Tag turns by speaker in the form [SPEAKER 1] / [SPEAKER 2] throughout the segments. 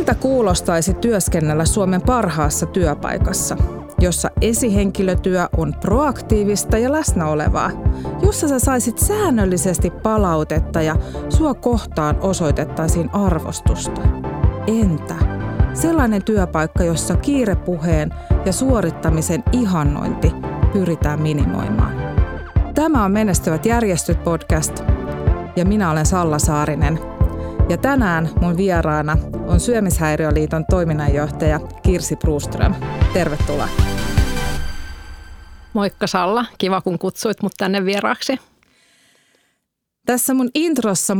[SPEAKER 1] Miltä kuulostaisi työskennellä Suomen parhaassa työpaikassa, jossa esihenkilötyö on proaktiivista ja läsnäolevaa, jossa sä saisit säännöllisesti palautetta ja sua kohtaan osoitettaisiin arvostusta? Entä sellainen työpaikka, jossa kiirepuheen ja suorittamisen ihannointi pyritään minimoimaan? Tämä on Menestyvät järjestöt podcast ja minä olen Salla Saarinen. Ja tänään mun vieraana on Syömishäiriöliiton toiminnanjohtaja Kirsi Broström. Tervetuloa.
[SPEAKER 2] Moikka Salla, kiva kun kutsuit mut tänne vieraaksi.
[SPEAKER 1] Tässä mun introssa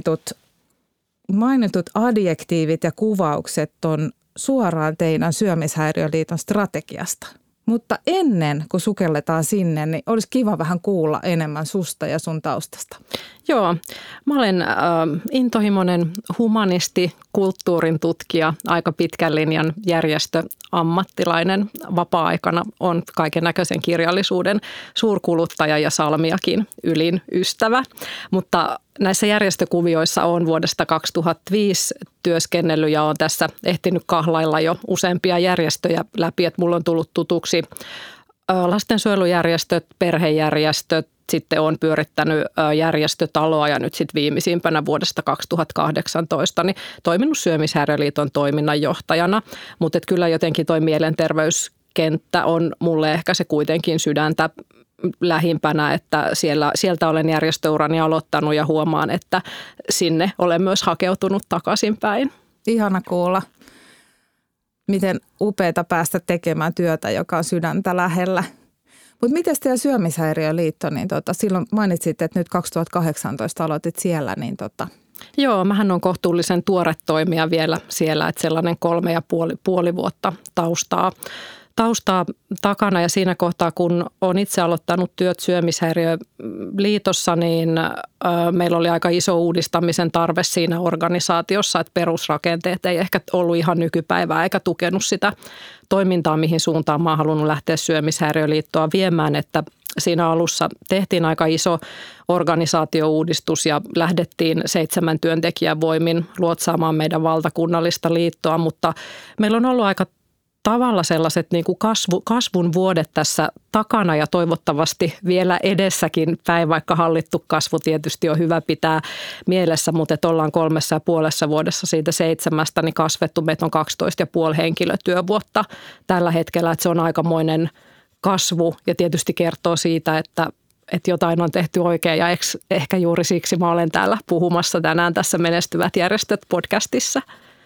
[SPEAKER 1] mainitut adjektiivit ja kuvaukset on suoraan teidän Syömishäiriöliiton strategiasta. Mutta ennen kuin sukelletaan sinne, niin olisi kiva vähän kuulla enemmän susta ja sun taustasta.
[SPEAKER 2] Joo, mä olen intohimoinen humanisti, kulttuurin tutkija, aika pitkän linjan järjestöammattilainen. Vapaa-aikana on kaiken näköisen kirjallisuuden suurkuluttaja ja salmiakin ylin ystävä. Mutta näissä järjestökuvioissa olen vuodesta 2005 työskennellyt ja olen tässä ehtinyt kahlailla jo useampia järjestöjä läpi, että mulla on tullut tutuksi lastensuojelujärjestöt, perhejärjestöt, sitten olen pyörittänyt järjestötaloa ja nyt sitten viimeisimpänä vuodesta 2018 niin toiminut Syömishäiriöliiton toiminnanjohtajana, mutta kyllä jotenkin toi mielenterveyskenttä on mulle ehkä se kuitenkin sydäntä lähimpänä, että sieltä olen järjestöurani aloittanut ja huomaan, että sinne olen myös hakeutunut takaisinpäin.
[SPEAKER 1] Ihana kuulla. Miten upeata päästä tekemään työtä, joka on sydäntä lähellä. Mutta miten teidän Syömishäiriöliitto, niin silloin mainitsit, että nyt 2018 aloitit siellä, niin
[SPEAKER 2] Joo, mähän on kohtuullisen tuore toimija vielä siellä, että sellainen 3,5 vuotta taustaa takana ja siinä kohtaa, kun olen itse aloittanut työt Syömishäiriöliitossa, niin meillä oli aika iso uudistamisen tarve siinä organisaatiossa, että perusrakenteet ei ehkä ollut ihan nykypäivää eikä tukenut sitä toimintaa, mihin suuntaan mä oon halunnut lähteä Syömishäiriöliittoa viemään, että siinä alussa tehtiin aika iso organisaatiouudistus ja lähdettiin 7 työntekijän voimin luotsaamaan meidän valtakunnallista liittoa, mutta meillä on ollut aika tavalla sellaiset niin kuin kasvun vuodet tässä takana ja toivottavasti vielä edessäkin päin, vaikka hallittu kasvu tietysti on hyvä pitää mielessä, mutta että ollaan 3,5 vuodessa siitä 7 niin kasvettu. Meitä on 12,5 henkilötyövuotta tällä hetkellä, että se on aikamoinen kasvu ja tietysti kertoo siitä, että jotain on tehty oikein ja ehkä juuri siksi mä olen täällä puhumassa tänään tässä Menestyvät järjestöt podcastissa.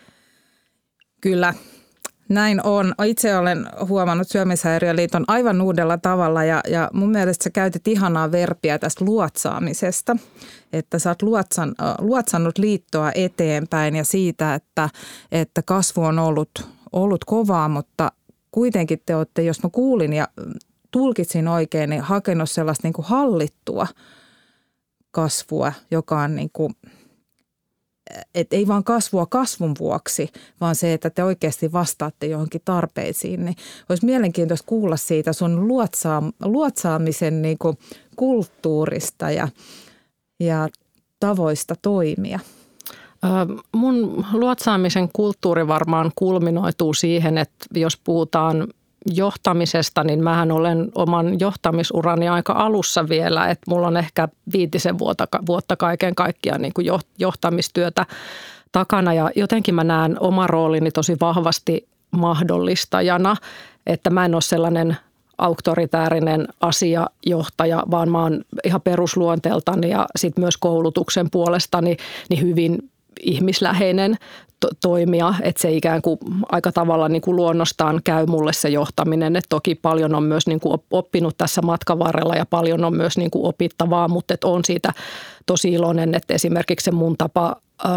[SPEAKER 1] Kyllä. Näin on. Itse olen huomannut Syömishäiriöliiton aivan uudella tavalla ja mun mielestä sä käytit ihanaa verbiä tästä luotsaamisesta, että sä oot luotsannut liittoa eteenpäin ja siitä, että kasvu on ollut kovaa, mutta kuitenkin te olette, jos mä kuulin ja tulkitsin oikein, niin hakenut sellaista niin kuin hallittua kasvua, joka on niin kuin että ei vaan kasvua kasvun vuoksi, vaan se, että te oikeasti vastaatte johonkin tarpeisiin, niin olisi mielenkiintoista kuulla siitä sun luotsaamisen niin kuin kulttuurista ja tavoista toimia.
[SPEAKER 2] Mun luotsaamisen kulttuuri varmaan kulminoituu siihen, että jos puhutaan johtamisesta, niin mähän olen oman johtamisurani aika alussa vielä, että mulla on ehkä 5 vuotta kaiken kaikkiaan niin kuin johtamistyötä takana ja jotenkin mä näen oman roolini tosi vahvasti mahdollistajana, että mä en ole sellainen auktoritäärinen asiajohtaja, vaan mä oon ihan perusluonteeltani ja sitten myös koulutuksen puolestani niin hyvin ihmisläheinen toimia, että se ikään kuin aika tavalla niin kuin luonnostaan käy mulle se johtaminen, että toki paljon on myös niin kuin oppinut tässä matkan varrella ja paljon on myös niin kuin opittavaa, mutta että on siitä tosi iloinen, että esimerkiksi se mun tapa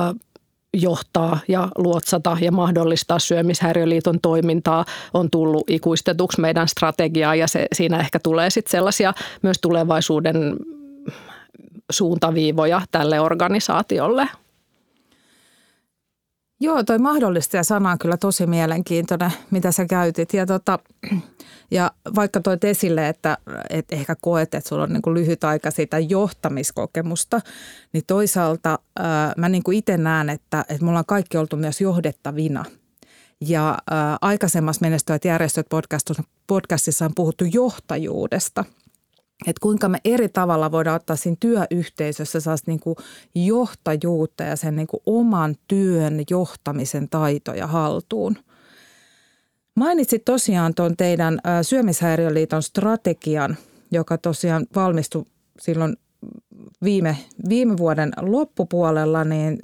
[SPEAKER 2] johtaa ja luotsata ja mahdollistaa Syömishäiriöliiton toimintaa on tullut ikuistetuksi meidän strategiaan ja siinä ehkä tulee sitten sellaisia myös tulevaisuuden suuntaviivoja tälle organisaatiolle.
[SPEAKER 1] Joo, toi mahdollistaja sana on kyllä tosi mielenkiintoinen, mitä sä käytit. Ja vaikka toit esille, että ehkä koet, että sulla on niin kuin lyhyt aika sitä johtamiskokemusta, niin toisaalta mä niin kuin itse näen, että me ollaan kaikki oltu myös johdettavina. Ja aikaisemmassa Menestyvät järjestöt podcastissa on puhuttu johtajuudesta. Että kuinka me eri tavalla voidaan ottaa siinä työyhteisössä sellaista niin kuin johtajuutta ja sen niin kuin oman työn johtamisen taitoja haltuun. Mainitsit tosiaan tuon teidän Syömishäiriöliiton strategian, joka tosiaan valmistui silloin viime vuoden loppupuolella,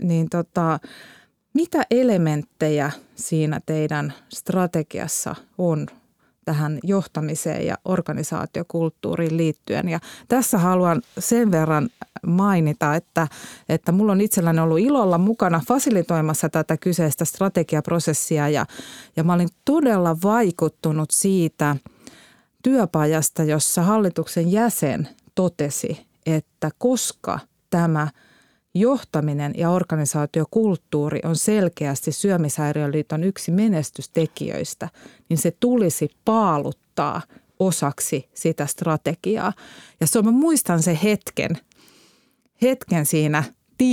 [SPEAKER 1] mitä elementtejä siinä teidän strategiassa on tähän johtamiseen ja organisaatiokulttuuriin liittyen? Ja tässä haluan sen verran mainita, että mulla on itselläni ollut ilolla mukana fasilitoimassa tätä kyseistä strategiaprosessia ja mä olin todella vaikuttunut siitä työpajasta, jossa hallituksen jäsen totesi, että koska tämä johtaminen ja organisaatiokulttuuri on selkeästi Syömishäiriöliiton yksi menestystekijöistä, niin se tulisi paaluttaa osaksi sitä strategiaa. Ja mä muistan sen hetken siinä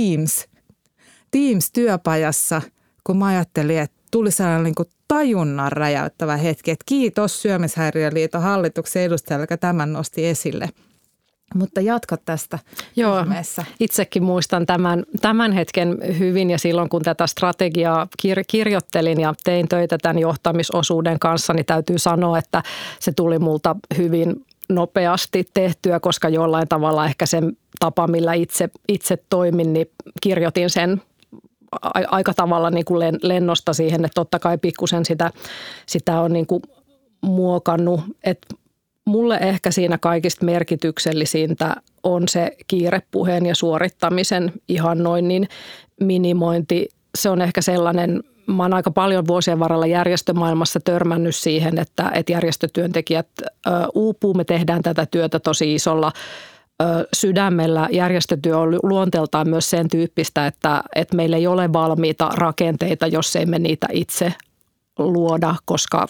[SPEAKER 1] Teams-työpajassa, kun mä ajattelin, että tuli sellainen niin kuin tajunnan räjäyttävä hetki, että kiitos Syömishäiriöliiton hallituksen edustajalle, joka tämän nosti esille. Mutta jatka tästä.
[SPEAKER 2] Joo, itsekin muistan tämän hetken hyvin ja silloin kun tätä strategiaa kirjoittelin ja tein töitä tämän johtamisosuuden kanssa, niin täytyy sanoa, että se tuli multa hyvin nopeasti tehtyä, koska jollain tavalla ehkä sen tapa, millä itse toimin, niin kirjoitin sen aika tavalla niin kuin lennosta siihen, että totta kai pikkusen sitä on niin kuin muokannut, että mulle ehkä siinä kaikista merkityksellisintä on se kiirepuheen ja suorittamisen ihannoinnin minimointi. Se on ehkä sellainen, mä oon aika paljon vuosien varrella järjestömaailmassa törmännyt siihen, että järjestötyöntekijät uupuu. Me tehdään tätä työtä tosi isolla sydämellä. Järjestötyö on luonteeltaan myös sen tyyppistä, että meillä ei ole valmiita rakenteita, jos emme niitä itse luoda, koska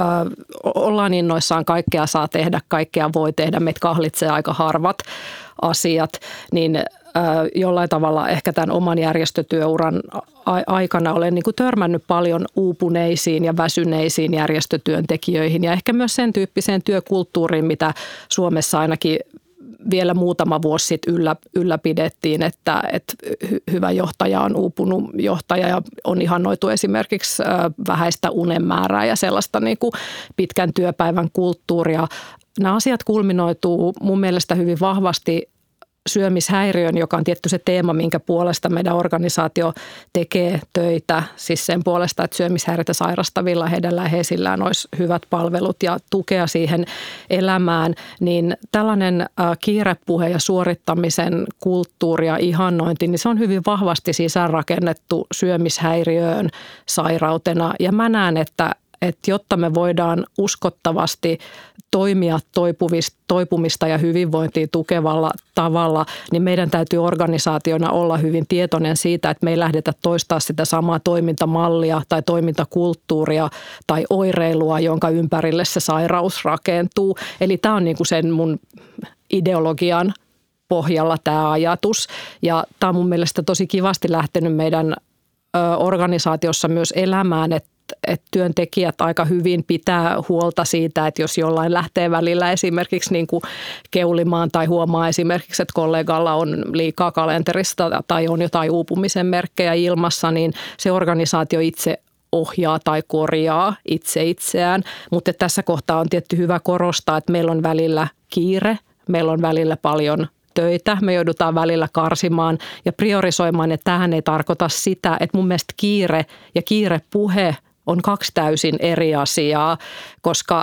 [SPEAKER 2] ollaan innoissaan, kaikkea saa tehdä, kaikkea voi tehdä, meitä kahlitsee aika harvat asiat, niin jollain tavalla ehkä tämän oman järjestötyöuran aikana olen niin kuin törmännyt paljon uupuneisiin ja väsyneisiin järjestötyöntekijöihin ja ehkä myös sen tyyppiseen työkulttuuriin, mitä Suomessa ainakin vielä muutama vuosi sitten ylläpidettiin, että hyvä johtaja on uupunut johtaja ja on ihannoitu esimerkiksi vähäistä unen määrää ja sellaista niin kuin pitkän työpäivän kulttuuria. Nämä asiat kulminoituu mun mielestä hyvin vahvasti syömishäiriön, joka on tietty se teema, minkä puolesta meidän organisaatio tekee töitä. Siis sen puolesta, että syömishäiriötä sairastavilla heidän läheisillään olisi hyvät palvelut ja tukea siihen elämään. Niin tällainen kiirepuhe ja suorittamisen kulttuuri ja ihannointi, niin se on hyvin vahvasti sisäänrakennettu syömishäiriöön sairautena. Ja mä näen, että jotta me voidaan uskottavasti toimia toipumista ja hyvinvointia tukevalla tavalla, niin meidän täytyy organisaationa olla hyvin tietoinen siitä, että me ei lähdetä toistaa sitä samaa toimintamallia tai toimintakulttuuria tai oireilua, jonka ympärille se sairaus rakentuu. Eli tämä on niin kuin sen mun ideologian pohjalla tämä ajatus ja tämä on mun mielestä tosi kivasti lähtenyt meidän organisaatiossa myös elämään, että työntekijät aika hyvin pitää huolta siitä, että jos jollain lähtee välillä esimerkiksi niin kuin keulimaan tai huomaa esimerkiksi, että kollegalla on liikaa kalenterista tai on jotain uupumisen merkkejä ilmassa, niin se organisaatio itse ohjaa tai korjaa itseään. Mutta tässä kohtaa on tietty hyvä korostaa, että meillä on välillä kiire, meillä on välillä paljon töitä, me joudutaan välillä karsimaan ja priorisoimaan, että tämähän ei tarkoita sitä, että mun mielestä kiire ja kiirepuhe on kaksi täysin eri asiaa, koska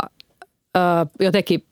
[SPEAKER 2] jotenkin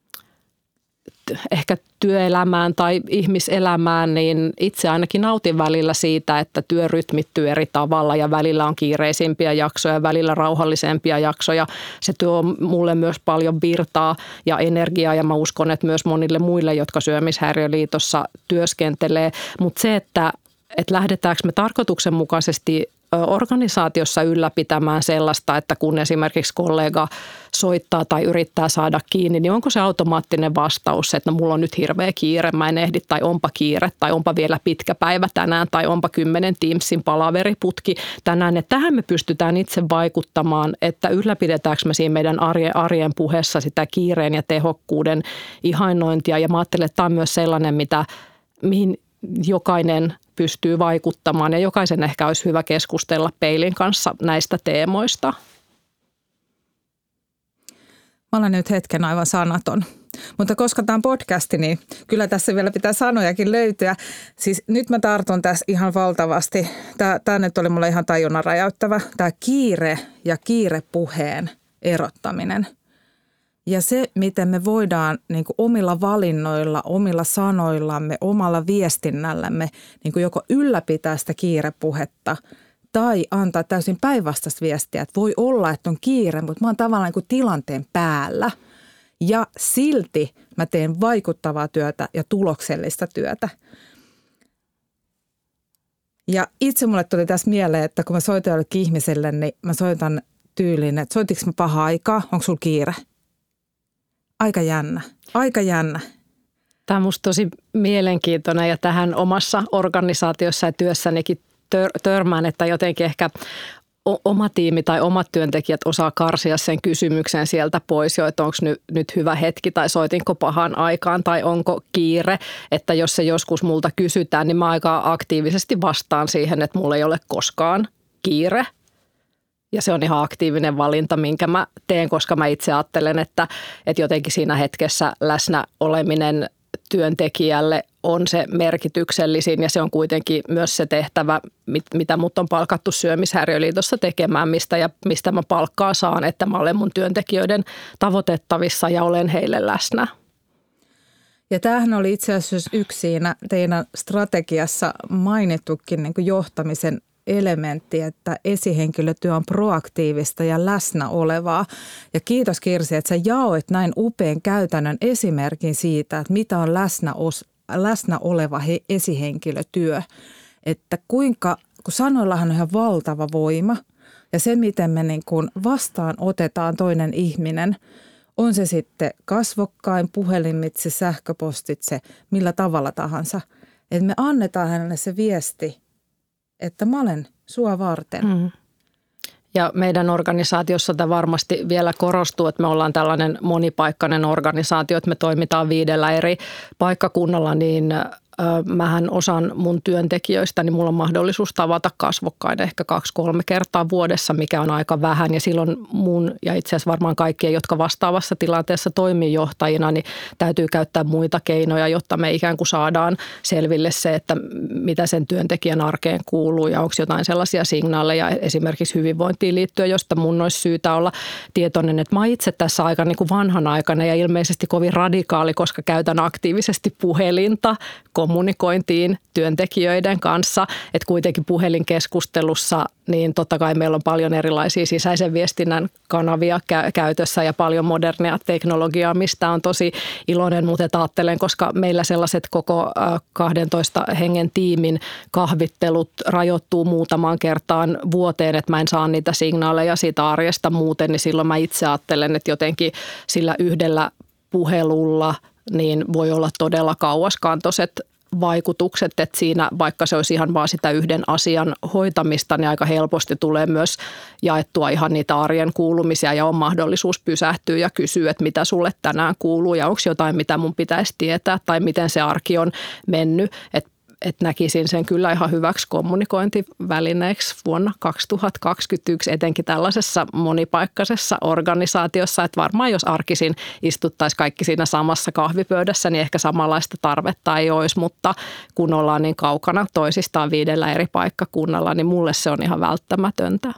[SPEAKER 2] ehkä työelämään tai ihmiselämään, niin itse ainakin nautin välillä siitä, että työ rytmittyy eri tavalla ja välillä on kiireisimpiä jaksoja, välillä rauhallisempia jaksoja. Se tuo mulle myös paljon virtaa ja energiaa ja mä uskon, että myös monille muille, jotka Syömishäiriöliitossa työskentelee. Mutta se, että lähdetäänkö me tarkoituksenmukaisesti organisaatiossa ylläpitämään sellaista, että kun esimerkiksi kollega soittaa tai yrittää saada kiinni, niin onko se automaattinen vastaus, että no, mulla on nyt hirveä kiire, mä en ehdi, tai onpa kiire, tai onpa vielä pitkä päivä tänään, tai onpa 10 Teamsin palaveriputki tänään. Että tähän me pystytään itse vaikuttamaan, että ylläpidetäänkö me siinä meidän arjen puheessa sitä kiireen ja tehokkuuden ihannointia. Ja mä ajattelen, että tämä on myös sellainen, mihin jokainen pystyy vaikuttamaan ja jokaisen ehkä olisi hyvä keskustella peilin kanssa näistä teemoista.
[SPEAKER 1] Mä olen nyt hetken aivan sanaton. Mutta koska tämä on podcasti, niin kyllä tässä vielä pitää sanojakin löytyä. Siis nyt mä tartun tässä ihan valtavasti. Tämä nyt oli mulle ihan tajunnan räjäyttävä. Tämä kiire ja kiirepuheen erottaminen. Ja se, miten me voidaan niin kuin omilla valinnoilla, omilla sanoillamme, omalla viestinnällämme niin kuin joko ylläpitää sitä kiirepuhetta tai antaa täysin päinvastaista viestiä. Että voi olla, että on kiire, mutta mä oon tavallaan niin kuin tilanteen päällä ja silti mä teen vaikuttavaa työtä ja tuloksellista työtä. Ja itse mulle tuli tässä mieleen, että kun mä soitan jollekin ihmiselle, niin mä soitan tyyliin, että soitinko mä paha aikaa, onko sulla kiire? Aika jännä.
[SPEAKER 2] Tämä on musta tosi mielenkiintoinen ja tähän omassa organisaatiossa ja työssänikin törmään, että jotenkin ehkä oma tiimi tai omat työntekijät osaa karsia sen kysymyksen sieltä pois jo, että onko nyt hyvä hetki tai soitinko pahaan aikaan tai onko kiire. Että jos se joskus multa kysytään, niin mä aika aktiivisesti vastaan siihen, että mulla ei ole koskaan kiire. Ja se on ihan aktiivinen valinta, minkä mä teen, koska mä itse ajattelen, että jotenkin siinä hetkessä läsnä oleminen työntekijälle on se merkityksellisin ja se on kuitenkin myös se tehtävä, mitä mut on palkattu Syömishäiriöliitossa tekemään, mistä mä palkkaa saan, että mä olen mun työntekijöiden tavoitettavissa ja olen heille läsnä.
[SPEAKER 1] Ja tämähän oli itse asiassa yksi siinä teidän strategiassa mainittukin niin kuin johtamisen elementti, että esihenkilötyö on proaktiivista ja läsnä olevaa. Ja kiitos Kirsi, että sä jaoit näin upean käytännön esimerkin siitä, että mitä on läsnä oleva esihenkilötyö. Että kun sanoillahan on ihan valtava voima ja se, miten me niin kuin vastaan otetaan toinen ihminen, on se sitten kasvokkain, puhelimitse, sähköpostitse, millä tavalla tahansa. Että me annetaan hänelle se viesti, että mä olen sua varten. Mm.
[SPEAKER 2] Ja meidän organisaatiossa tämä varmasti vielä korostuu, että me ollaan tällainen monipaikkainen organisaatio, että me toimitaan 5 eri paikkakunnalla, niin mähän osan mun työntekijöistä, niin mulla on mahdollisuus tavata kasvokkain ehkä 2-3 kertaa vuodessa, mikä on aika vähän. Ja silloin mun ja itse asiassa varmaan kaikkien, jotka vastaavassa tilanteessa toimii johtajina, niin täytyy käyttää muita keinoja, jotta me ikään kuin saadaan selville se, että mitä sen työntekijän arkeen kuuluu ja onko jotain sellaisia signaaleja esimerkiksi hyvinvointiin liittyen, josta mun olisi syytä olla tietoinen. Että mä itse tässä aika niin kuin vanhanaikainen ja ilmeisesti kovin radikaali, koska käytän aktiivisesti puhelinta kommunikointiin työntekijöiden kanssa, että kuitenkin puhelinkeskustelussa, niin totta kai meillä on paljon erilaisia sisäisen viestinnän kanavia käytössä ja paljon modernia teknologiaa, mistä on tosi iloinen, mutta ajattelen, koska meillä sellaiset koko 12 hengen tiimin kahvittelut rajoittuu muutamaan kertaan vuoteen, että mä en saa niitä signaaleja siitä arjesta muuten, niin silloin mä itse ajattelen, että jotenkin sillä yhdellä puhelulla niin voi olla todella kauaskantoiset vaikutukset, että siinä vaikka se olisi ihan vaan sitä yhden asian hoitamista, niin aika helposti tulee myös jaettua ihan niitä arjen kuulumisia ja on mahdollisuus pysähtyä ja kysyä, että mitä sulle tänään kuuluu ja onko jotain, mitä mun pitäisi tietää tai miten se arki on mennyt, että näkisin sen kyllä ihan hyväksi kommunikointivälineeksi vuonna 2021, etenkin tällaisessa monipaikkaisessa organisaatiossa, että varmaan jos arkisin istuttaisiin kaikki siinä samassa kahvipöydässä, niin ehkä samanlaista tarvetta ei olisi, mutta kun ollaan niin kaukana toisistaan 5 eri paikkakunnalla, niin mulle se on ihan välttämätöntä.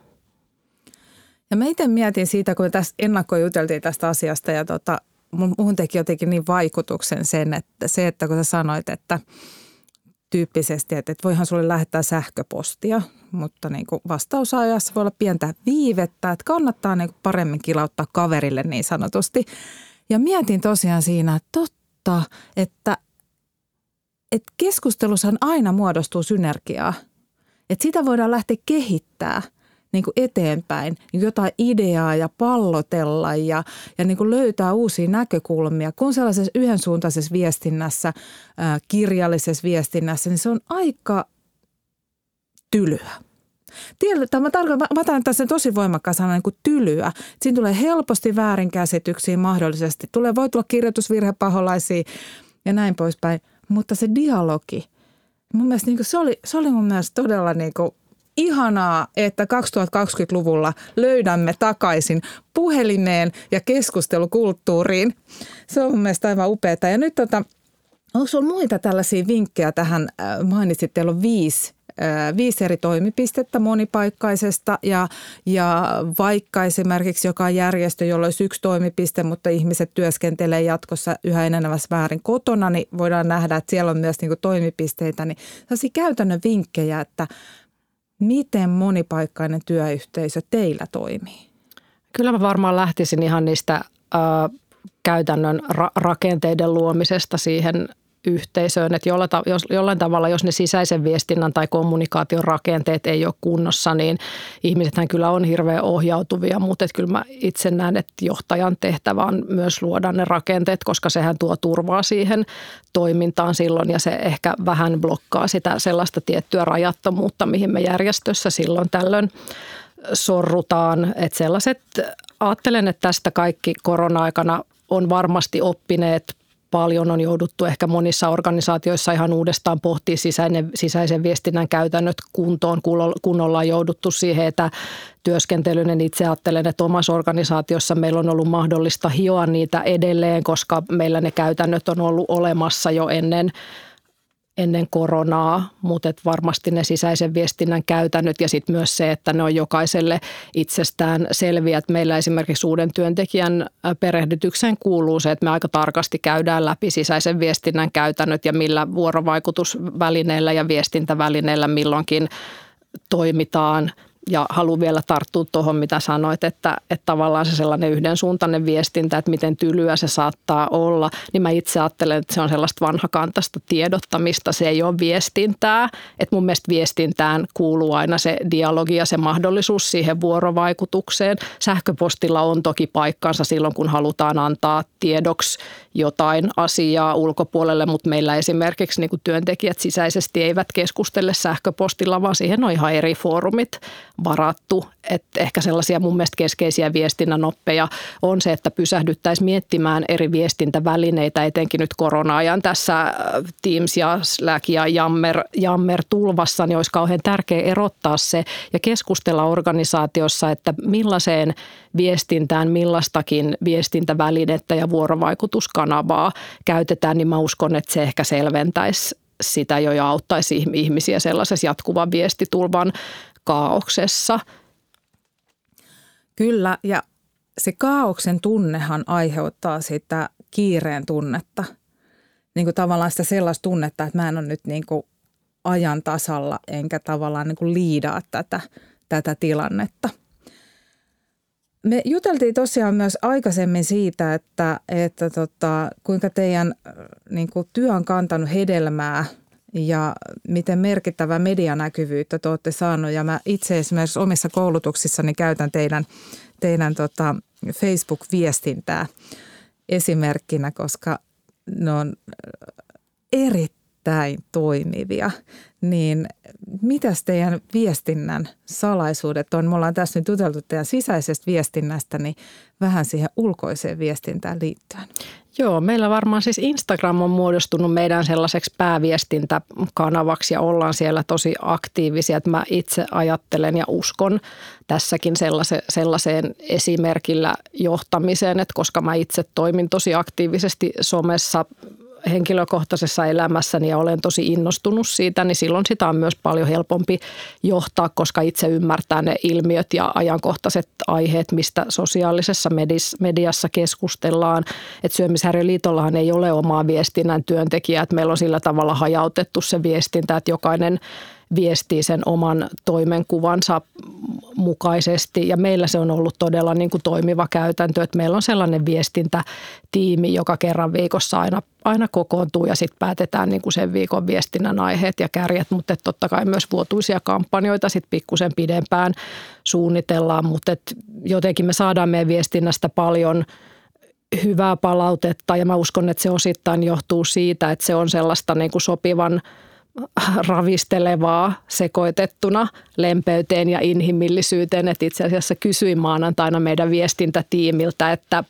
[SPEAKER 1] Ja mä itse mietin siitä, kun tässä ennakkoon juteltiin tästä asiasta ja mun teki jotenkin niin vaikutuksen sen, että se, että kun sä sanoit, että tyyppisesti, että voihan sulle lähettää sähköpostia, mutta niin kuin vastausajassa voi olla pientä viivettä, että kannattaa niin kuin paremmin kilauttaa kaverille niin sanotusti. Ja mietin tosiaan siinä, että totta, että keskustelussahan aina muodostuu synergiaa. Että sitä voidaan lähteä kehittämään niin kuin eteenpäin, niin jotain ideaa ja pallotella ja niin kuin löytää uusia näkökulmia. Kun sellaisessa yhdensuuntaisessa viestinnässä, kirjallisessa viestinnässä, niin se on aika tylyä. Mä otan tässä tosi voimakkaan sana niin kuin tylyä. Siinä tulee helposti väärinkäsityksiä mahdollisesti. Voi tulla kirjoitusvirhepaholaisia ja näin poispäin. Mutta se dialogi, mun mielestä niin kuin se oli mun mielestä todella niin kuin ihanaa, että 2020-luvulla löydämme takaisin puhelimeen ja keskustelukulttuuriin. Se on mun mielestä aivan upeaa. Ja nyt onko sulla muita tällaisia vinkkejä tähän? Mainitsit, teillä on 5 eri toimipistettä monipaikkaisesta ja vaikka esimerkiksi joka järjestö, jolla olisi 1 toimipiste, mutta ihmiset työskentelee jatkossa yhä enenevässä väärin kotona, niin voidaan nähdä, että siellä on myös niin kuin toimipisteitä. Niin sellaisia käytännön vinkkejä, että miten monipaikkainen työyhteisö teillä toimii? Kyllä
[SPEAKER 2] mä varmaan lähtisin ihan niistä käytännön rakenteiden luomisesta siihen yhteisöön, että jollain tavalla, jos ne sisäisen viestinnän tai kommunikaation rakenteet ei ole kunnossa, niin ihmisethän kyllä on hirveän ohjautuvia, mutta kyllä mä itse näen, että johtajan tehtävä on myös luoda ne rakenteet, koska sehän tuo turvaa siihen toimintaan silloin ja se ehkä vähän blokkaa sitä sellaista tiettyä rajattomuutta, mihin me järjestössä silloin tällöin sorrutaan. Että sellaiset, ajattelen, että tästä kaikki korona-aikana on varmasti oppineet. Paljon on jouduttu ehkä monissa organisaatioissa ihan uudestaan pohtimaan sisäisen viestinnän käytännöt kuntoon, kun ollaan jouduttu siihen, että työskentelyyn itse ajattelen, että omassa organisaatiossa meillä on ollut mahdollista hioa niitä edelleen, koska meillä ne käytännöt on ollut olemassa jo ennen koronaa, mutta varmasti ne sisäisen viestinnän käytännöt ja sitten myös se, että ne on jokaiselle itsestään selviä. Että meillä esimerkiksi uuden työntekijän perehdytykseen kuuluu se, että me aika tarkasti käydään läpi sisäisen viestinnän käytännöt ja millä vuorovaikutusvälineillä ja viestintävälineillä milloinkin toimitaan. Ja haluan vielä tarttua tuohon, mitä sanoit, että tavallaan se sellainen yhdensuuntainen viestintä, että miten tylyä se saattaa olla, niin mä itse ajattelen, että se on sellaista vanhakantaista tiedottamista, se ei ole viestintää. Että mun mielestä viestintään kuuluu aina se dialogi ja se mahdollisuus siihen vuorovaikutukseen. Sähköpostilla on toki paikkansa silloin, kun halutaan antaa tiedoksi jotain asiaa ulkopuolelle, mutta meillä esimerkiksi niin kuin työntekijät sisäisesti eivät keskustele sähköpostilla, vaan siihen on ihan eri foorumit varattu. Että ehkä sellaisia mun mielestä keskeisiä viestinnän oppeja on se, että pysähdyttäisiin miettimään eri viestintävälineitä, etenkin nyt korona-ajan tässä Teams ja Slack ja Yammer-tulvassa, niin olisi kauhean tärkeää erottaa se ja keskustella organisaatiossa, että millaiseen viestintään, millaistakin viestintävälinettä ja vuorovaikutuskanavaa käytetään, niin mä uskon, että se ehkä selventäisi sitä jo ja auttaisi ihmisiä sellaisessa jatkuvan viestitulvan kaauksessa.
[SPEAKER 1] Kyllä, ja se kaaoksen tunnehan aiheuttaa sitä kiireen tunnetta. Niin kuin tavallaan sitä sellaista tunnetta, että mä en ole nyt niin kuin ajan tasalla enkä tavallaan niin kuin liidaa tätä tilannetta. Me juteltiin tosiaan myös aikaisemmin siitä, että kuinka teidän niin kuin työ on kantanut hedelmää ja miten merkittävää medianäkyvyyttä te olette saaneet. Ja mä itse esimerkiksi omissa koulutuksissani käytän teidän Facebook-viestintää esimerkkinä, koska ne on erittäin toimivia. Niin mitäs teidän viestinnän salaisuudet on? Me ollaan tässä nyt juteltu teidän sisäisestä viestinnästä, niin vähän siihen ulkoiseen viestintään liittyen.
[SPEAKER 2] Joo, meillä varmaan siis Instagram on muodostunut meidän sellaiseksi pääviestintäkanavaksi ja ollaan siellä tosi aktiivisia. Että mä itse ajattelen ja uskon tässäkin sellaiseen esimerkillä johtamiseen, että koska mä itse toimin tosi aktiivisesti somessa henkilökohtaisessa elämässäni ja olen tosi innostunut siitä, niin silloin sitä on myös paljon helpompi johtaa, koska itse ymmärtää ne ilmiöt ja ajankohtaiset aiheet, mistä sosiaalisessa mediassa keskustellaan. Että Syömishäiriöliitollahan ei ole omaa viestinnän työntekijää, että meillä on sillä tavalla hajautettu se viestintä, että jokainen viestii sen oman toimenkuvansa mukaisesti. Ja meillä se on ollut todella niin kuin toimiva käytäntö, että meillä on sellainen viestintätiimi, joka kerran viikossa aina kokoontuu ja sitten päätetään niin kuin sen viikon viestinnän aiheet ja kärjet, mutta totta kai myös vuotuisia kampanjoita sitten pikkusen pidempään suunnitellaan, mutta jotenkin me saadaan meidän viestinnästä paljon hyvää palautetta ja mä uskon, että se osittain johtuu siitä, että se on sellaista niin kuin sopivan ravistelevaa sekoitettuna lempeyteen ja inhimillisyyteen. Et itse asiassa kysyin maanantaina meidän viestintätiimiltä, että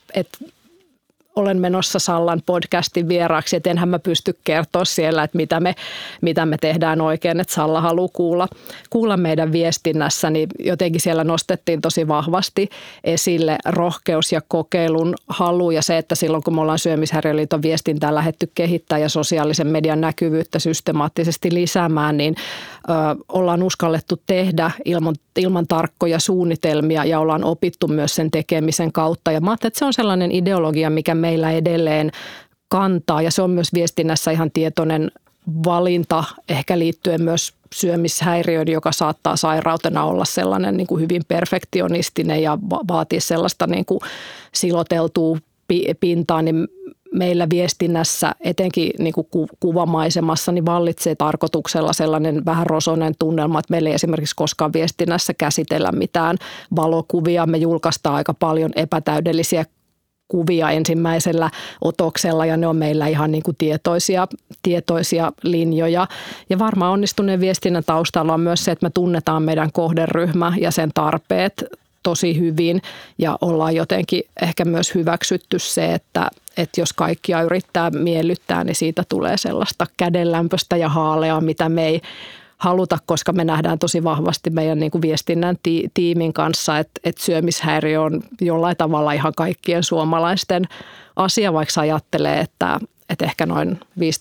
[SPEAKER 2] olen menossa Sallan podcastin vieraaksi, että enhän mä pysty kertoa siellä, että mitä me tehdään oikein, että Salla haluaa kuulla meidän viestinnässä, niin jotenkin siellä nostettiin tosi vahvasti esille rohkeus ja kokeilun halu ja se, että silloin kun me ollaan Syömishäiriöliiton viestintää lähdetty kehittää ja sosiaalisen median näkyvyyttä systemaattisesti lisäämään, niin ollaan uskallettu tehdä ilman tarkkoja suunnitelmia ja ollaan opittu myös sen tekemisen kautta. Ja mä ajattelin, että se on sellainen ideologia, mikä meillä edelleen kantaa ja se on myös viestinnässä ihan tietoinen valinta, ehkä liittyen myös syömishäiriöön, joka saattaa sairautena olla sellainen niin kuin hyvin perfektionistinen ja vaatii sellaista niin kuin siloteltua pintaa, niin meillä viestinnässä, etenkin niin kuin kuvamaisemassa, niin vallitsee tarkoituksella sellainen vähän rosoinen tunnelma, että meillä ei esimerkiksi koskaan viestinnässä käsitellä mitään valokuvia. Me julkaistaan aika paljon epätäydellisiä kuvia ensimmäisellä otoksella ja ne on meillä ihan niin kuin tietoisia linjoja. Ja varmaan onnistuneen viestinnän taustalla on myös se, että me tunnetaan meidän kohderyhmä ja sen tarpeet tosi hyvin ja ollaan jotenkin ehkä myös hyväksytty se, että jos kaikkia yrittää miellyttää, niin siitä tulee sellaista kädenlämpöistä ja haaleaa, mitä me ei haluta, koska me nähdään tosi vahvasti meidän niin kuin viestinnän tiimin kanssa, että syömishäiriö on jollain tavalla ihan kaikkien suomalaisten asia, vaikka ajattelee, että ehkä noin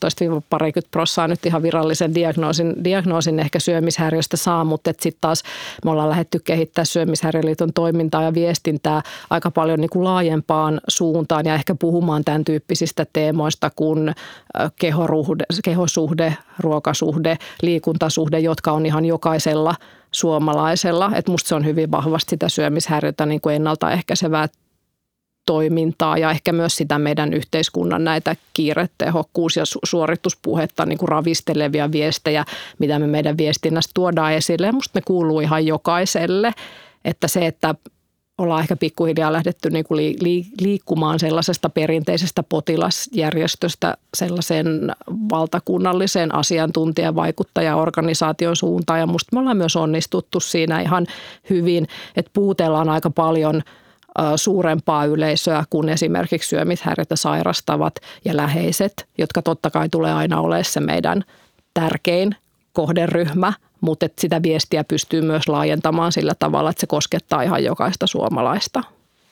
[SPEAKER 2] 15-20% nyt ihan virallisen diagnoosin ehkä syömishäiriöstä saa, mutta sitten taas me ollaan lähdetty kehittämään Syömishäiriöliiton toimintaa ja viestintää aika paljon niin kuin laajempaan suuntaan ja ehkä puhumaan tämän tyyppisistä teemoista kuin kehosuhde, ruokasuhde, liikuntasuhde, jotka on ihan jokaisella suomalaisella. Et musta se on hyvin vahvasti sitä syömishäiriötä niin kuin ennaltaehkäisevää toimintaa ja ehkä myös sitä meidän yhteiskunnan näitä kiire-, tehokkuus- ja suorituspuhetta niin kuin ravistelevia viestejä, mitä me meidän viestinnässä tuodaan esille. Ja musta ne kuuluu ihan jokaiselle, että se, että ollaan ehkä pikkuhiljaa lähdetty niin kuin liikkumaan sellaisesta perinteisestä potilasjärjestöstä sellaiseen valtakunnalliseen asiantuntijavaikuttajaorganisaation suuntaan. Ja musta me ollaan myös onnistuttu siinä ihan hyvin, että puutellaan aika paljon suurempaa yleisöä kuin esimerkiksi syömishäiriötä sairastavat ja läheiset, jotka totta kai tulee aina olemaan se meidän tärkein kohderyhmä, mutta sitä viestiä pystyy myös laajentamaan sillä tavalla, että se koskettaa ihan jokaista suomalaista.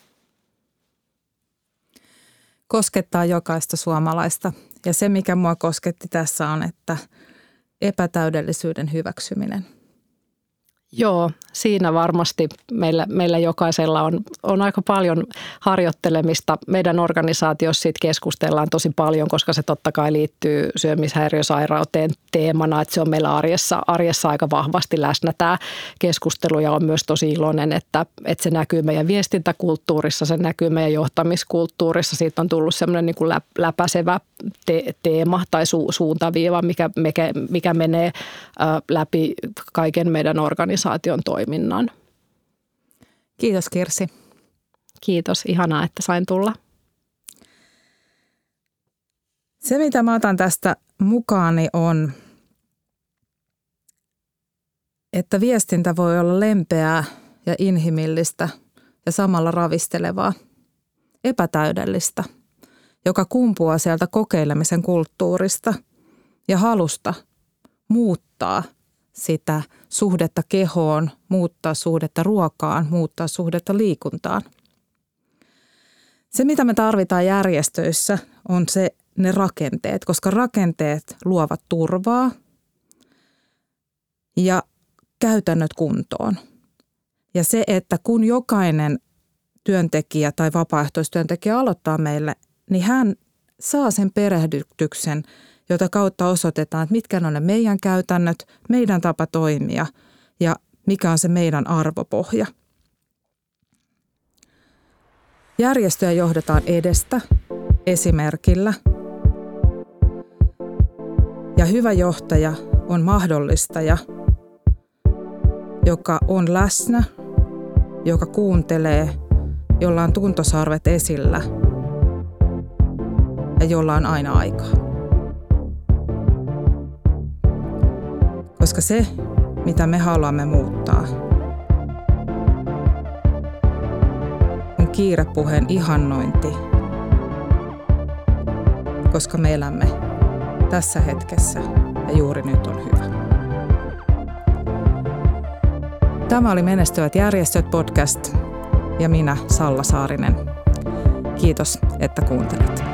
[SPEAKER 1] Koskettaa jokaista suomalaista. Ja se, mikä mua kosketti tässä on, että epätäydellisyyden hyväksyminen.
[SPEAKER 2] Joo, siinä varmasti meillä jokaisella on aika paljon harjoittelemista. Meidän organisaatiossa siitä keskustellaan tosi paljon, koska se totta kai liittyy syömishäiriösairauteen teemana, että se on meillä arjessa aika vahvasti läsnä tämä keskustelu ja on myös tosi iloinen, että se näkyy meidän viestintäkulttuurissa, se näkyy meidän johtamiskulttuurissa. Siitä on tullut semmoinen niin kuin läpäisevä teema tai suuntaviiva, mikä menee läpi kaiken meidän organisaation toiminnan.
[SPEAKER 1] Kiitos Kirsi.
[SPEAKER 2] Kiitos, ihanaa, että sain tulla.
[SPEAKER 1] Se, mitä mä otan tästä mukaani on, että viestintä voi olla lempeää ja inhimillistä ja samalla ravistelevaa, epätäydellistä, joka kumpuaa sieltä kokeilemisen kulttuurista ja halusta muuttaa sitä suhdetta kehoon, muuttaa suhdetta ruokaan, muuttaa suhdetta liikuntaan. Se, mitä me tarvitaan järjestöissä, on ne rakenteet, koska rakenteet luovat turvaa ja käytännöt kuntoon. Ja se, että kun jokainen työntekijä tai vapaaehtoistyöntekijä aloittaa meille, niin hän saa sen perehdytyksen, jota kautta osoitetaan, että mitkä on ne meidän käytännöt, meidän tapa toimia ja mikä on se meidän arvopohja. Järjestöjä johdetaan edestä, esimerkillä. Ja hyvä johtaja on mahdollistaja, joka on läsnä, joka kuuntelee, jolla on tuntosarvet esillä ja jolla on aina aikaa. Koska se, mitä me haluamme muuttaa, on kiirepuheen ihannointi, koska me elämme tässä hetkessä ja juuri nyt on hyvä. Tämä oli Menestyvät järjestöt podcast ja minä Salla Saarinen. Kiitos, että kuuntelit.